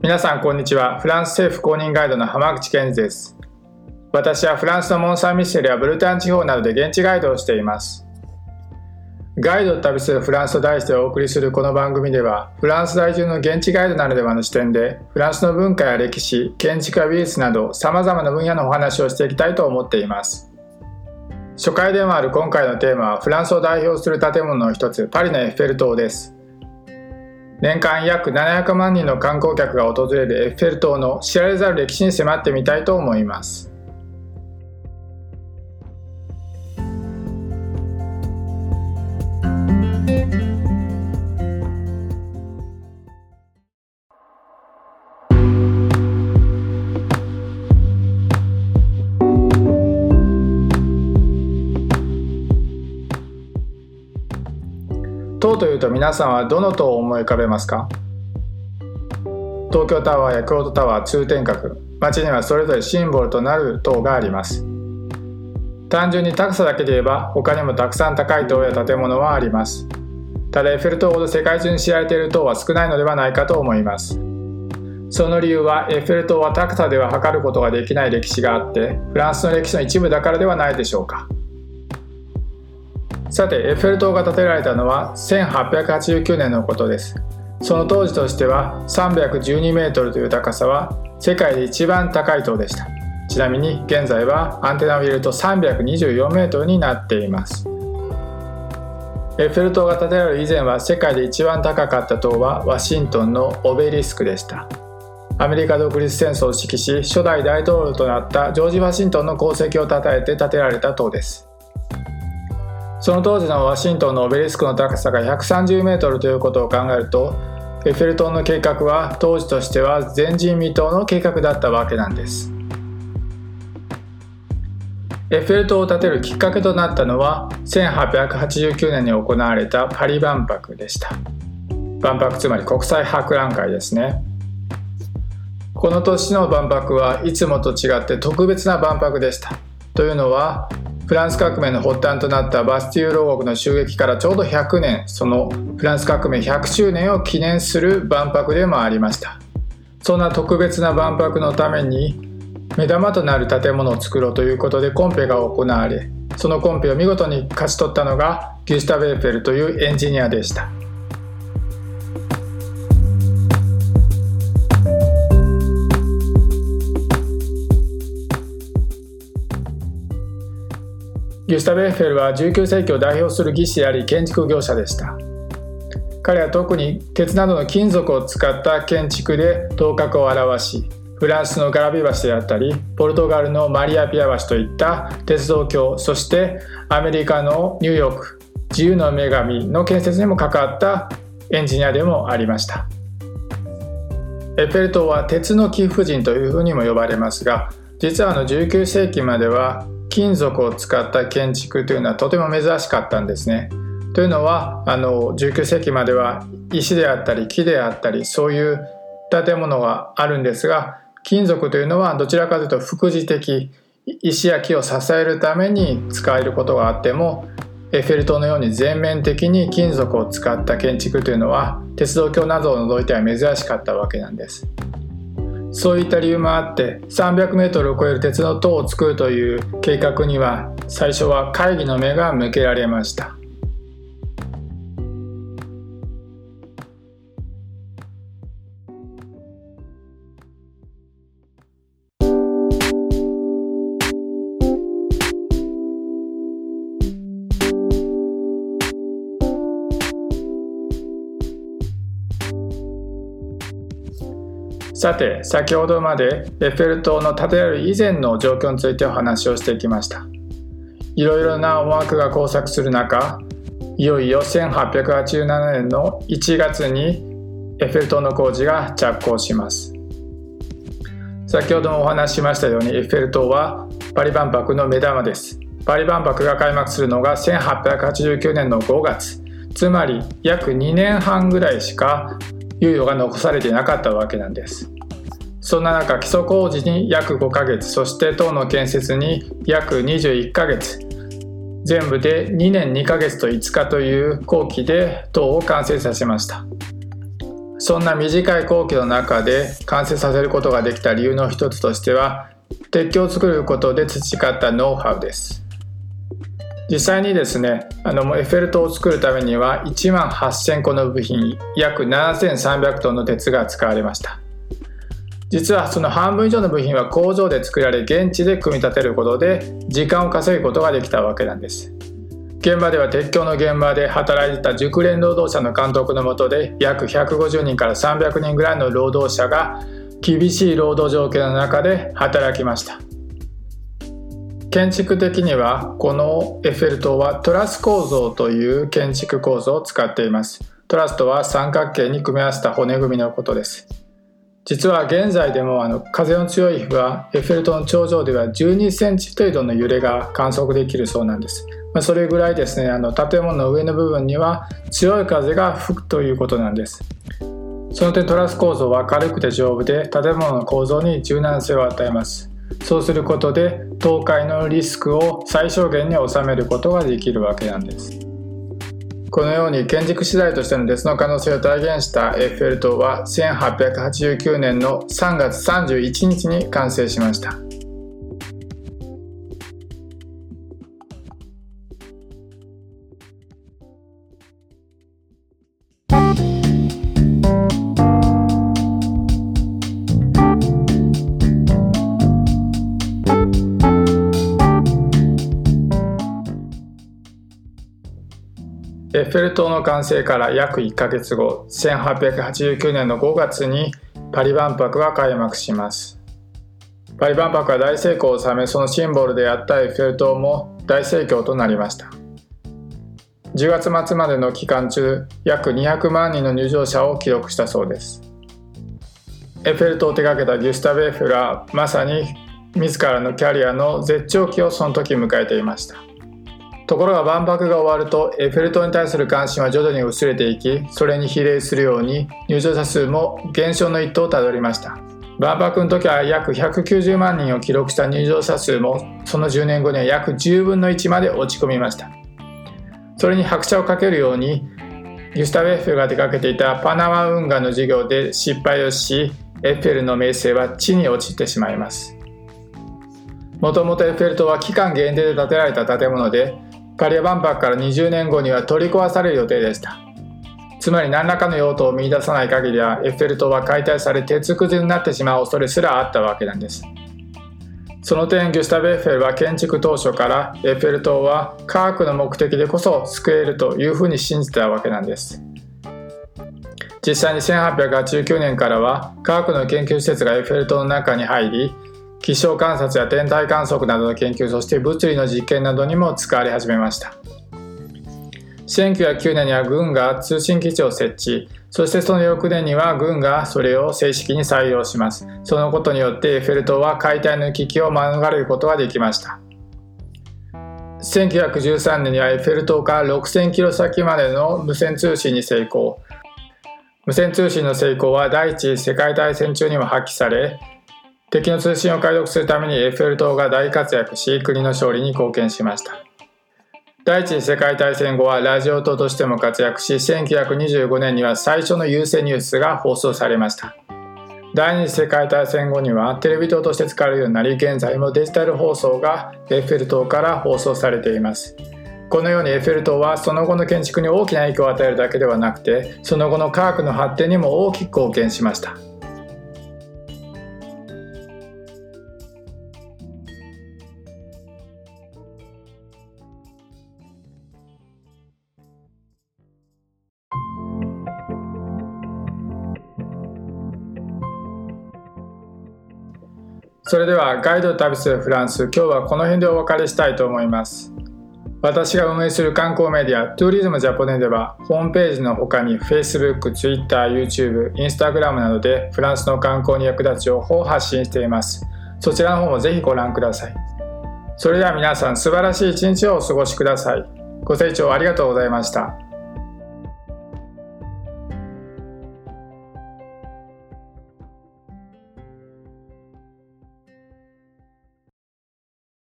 皆さんこんにちは。フランス政府公認ガイドの浜口健二です。私はフランスのモン・サン・ミシェルやブルターニュ地方などで現地ガイドをしています。ガイドを旅するフランスと題してお送りするこの番組では、フランス在住の現地ガイドならではの視点でフランスの文化や歴史、建築や美術など様々な分野のお話をしていきたいと思っています。初回でもある今回のテーマはフランスを代表する建物の一つ、パリのエッフェル塔です。年間約700万人の観光客が訪れるエッフェル塔の知られざる歴史に迫ってみたいと思います。塔というと皆さんはどの塔を思い浮かべますか？東京タワーや京都タワー、通天閣、街にはそれぞれシンボルとなる塔があります。単純に高さだけで言えば他にもたくさん高い塔や建物はあります。ただエッフェル塔ほど世界中に知られている塔は少ないのではないかと思います。その理由はエッフェル塔は高さでは測ることができない歴史があって、フランスの歴史の一部だからではないでしょうか。さて、エッフェル塔が建てられたのは1889年のことです。その当時としては312メートルという高さは世界で一番高い塔でした。ちなみに現在はアンテナを入れると324メートルになっています。エッフェル塔が建てられる以前は世界で一番高かった塔はワシントンのオベリスクでした。アメリカ独立戦争を指揮し初代大統領となったジョージ・ワシントンの功績をたたえて建てられた塔です。その当時のワシントンのオベリスクの高さが130メートルということを考えると、エッフェル塔の計画は当時としては前人未到の計画だったわけなんです。エッフェル塔を建てるきっかけとなったのは1889年に行われたパリ万博でした。万博、つまり国際博覧会ですね。この年の万博はいつもと違って特別な万博でした。というのはフランス革命の発端となったバスティーユ牢獄の襲撃からちょうど100年、そのフランス革命100周年を記念する万博でもありました。そんな特別な万博のために目玉となる建物を作ろうということでコンペが行われ、そのコンペを見事に勝ち取ったのがギュスタヴ・エッフェルというエンジニアでした。ギュスタヴ・エッフェルは19世紀を代表する技師であり建築業者でした。彼は特に鉄などの金属を使った建築で頭角を表し、フランスのガラビ橋であったりポルトガルのマリア・ピア橋といった鉄道橋、そしてアメリカのニューヨーク自由の女神の建設にも関わったエンジニアでもありました。エッフェル塔は鉄の貴婦人というふうにも呼ばれますが、実は19世紀までは金属を使った建築というのはとても珍しかったんですね。というのは19世紀までは石であったり木であったりそういう建物があるんですが、金属というのはどちらかというと副次的、石や木を支えるために使えることがあっても、エッフェル塔のように全面的に金属を使った建築というのは鉄道橋などを除いては珍しかったわけなんです。そういった理由もあって300メートルを超える鉄の塔を作るという計画には最初は会議の目が向けられました。さて、先ほどまでエッフェル塔の建てられる以前の状況についてお話をしてきました。いろいろな思惑が交錯する中、いよいよ1887年の1月にエッフェル塔の工事が着工します。先ほどもお話ししましたようにエッフェル塔はパリ万博の目玉です。パリ万博が開幕するのが1889年の5月、つまり約2年半ぐらいしか猶予が残されていなかったわけなんです。そんな中、基礎工事に約5ヶ月、そして塔の建設に約21ヶ月、全部で2年2ヶ月と5日という工期で塔を完成させました。 そんな短い工期の中で完成させることができた理由の一つとしては、鉄橋を作ることで培ったノウハウです。実際にですね、エッフェル塔を作るためには1万8000個の部品、約7300トンの鉄が使われました。実はその半分以上の部品は工場で作られ、現地で組み立てることで時間を稼ぐことができたわけなんです。現場では鉄橋の現場で働いていた熟練労働者の監督の下で、約150人から300人ぐらいの労働者が厳しい労働条件の中で働きました。建築的にはこのエッフェル塔はトラス構造という建築構造を使っています。トラスとは三角形に組み合わせた骨組みのことです。実は現在でも風の強い日はエッフェル塔の頂上では12センチ程度の揺れが観測できるそうなんです。それぐらいですね、建物の上の部分には強い風が吹くということなんです。その点トラス構造は軽くて丈夫で、建物の構造に柔軟性を与えます。そうすることで倒壊のリスクを最小限に収めることができるわけなんです。このように建築資材としての鉄の可能性を体現したエッフェル塔は1889年の3月31日に完成しました。エッフェル塔の完成から約1ヶ月後、1889年の5月にパリ万博が開幕します。パリ万博は大成功を収め、そのシンボルであったエッフェル塔も大盛況となりました。10月末までの期間中、約200万人の入場者を記録したそうです。エッフェル塔を手掛けたギュスタブ・エッフェルはまさに自らのキャリアの絶頂期をその時迎えていました。ところが万博が終わるとエッフェル塔に対する関心は徐々に薄れていき、それに比例するように入場者数も減少の一途をたどりました。万博の時は約190万人を記録した入場者数も、その10年後には約10分の1まで落ち込みました。それに拍車をかけるようにギュスタブ・エッフェルが手掛けていたパナマ運河の事業で失敗をし、エッフェルの名声は地に落ちてしまいます。もともとエッフェル塔は期間限定で建てられた建物で、パリ万博から20年後には取り壊される予定でした。つまり何らかの用途を見出さない限りはエッフェル塔は解体され鉄くずになってしまう恐れすらあったわけなんです。その点ギュスタブ・エッフェルは建築当初からエッフェル塔は科学の目的でこそ救えるというふうに信じてたわけなんです。実際に1889年からは科学の研究施設がエッフェル塔の中に入り、気象観察や天体観測などの研究、そして物理の実験などにも使われ始めました。1909年には軍が通信基地を設置、そしてその翌年には軍がそれを正式に採用します。そのことによってエッフェル塔は解体の危機を免れることができました。1913年にはエッフェル塔から6000キロ先までの無線通信に成功。無線通信の成功は第一次世界大戦中にも発揮され、敵の通信を解読するためにエッフェル塔が大活躍し、国の勝利に貢献しました。第一次世界大戦後はラジオ塔としても活躍し、1925年には最初の有線ニュースが放送されました。第二次世界大戦後にはテレビ塔として使われるようになり、現在もデジタル放送がエッフェル塔から放送されています。このようにエッフェル塔はその後の建築に大きな影響を与えるだけではなくて、その後の科学の発展にも大きく貢献しました。それではガイド旅するフランス、今日はこの辺でお別れしたいと思います。私が運営する観光メディアトゥーリズムジャポネでは、ホームページの他に Facebook、Twitter、YouTube、Instagram などでフランスの観光に役立つ情報を発信しています。そちらの方もぜひご覧ください。それでは皆さん、素晴らしい一日をお過ごしください。ご清聴ありがとうございました。